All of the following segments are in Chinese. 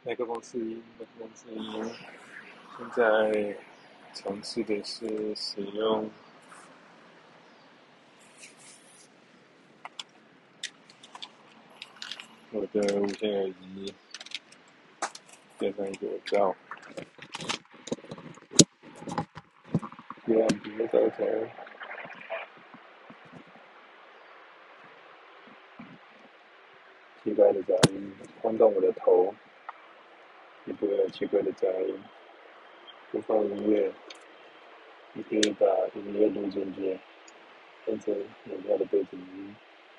麦克风试音，麦克风试音。现在尝试的是使用我的无线耳机，加上一个耳罩，希望不会造成奇怪的杂音，晃动我的头，也不会有奇怪的杂音。播放音乐，你可以把音乐录进去，变成你要的背景音。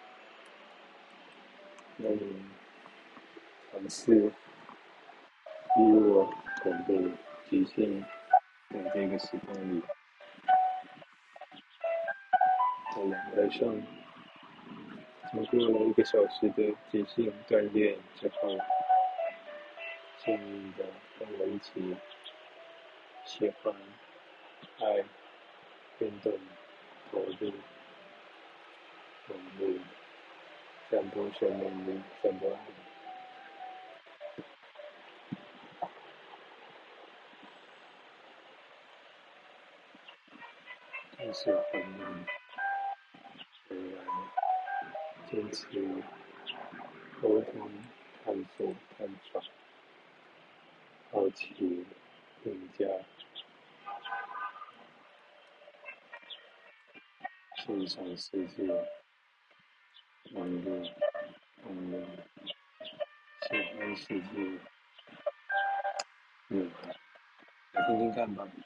那你尝试与我同步即兴，在这个时光里，在阳台上，经过了1个小时的即兴锻炼之后，幸运的跟我一起喜欢、爱、运动、投入、融入、散播生命力、散播爱。开始缓慢而然坚持沟通、探索、探访、好奇、评价、欣赏世界、网络、网络、喜欢世界、热爱，来听听看吧。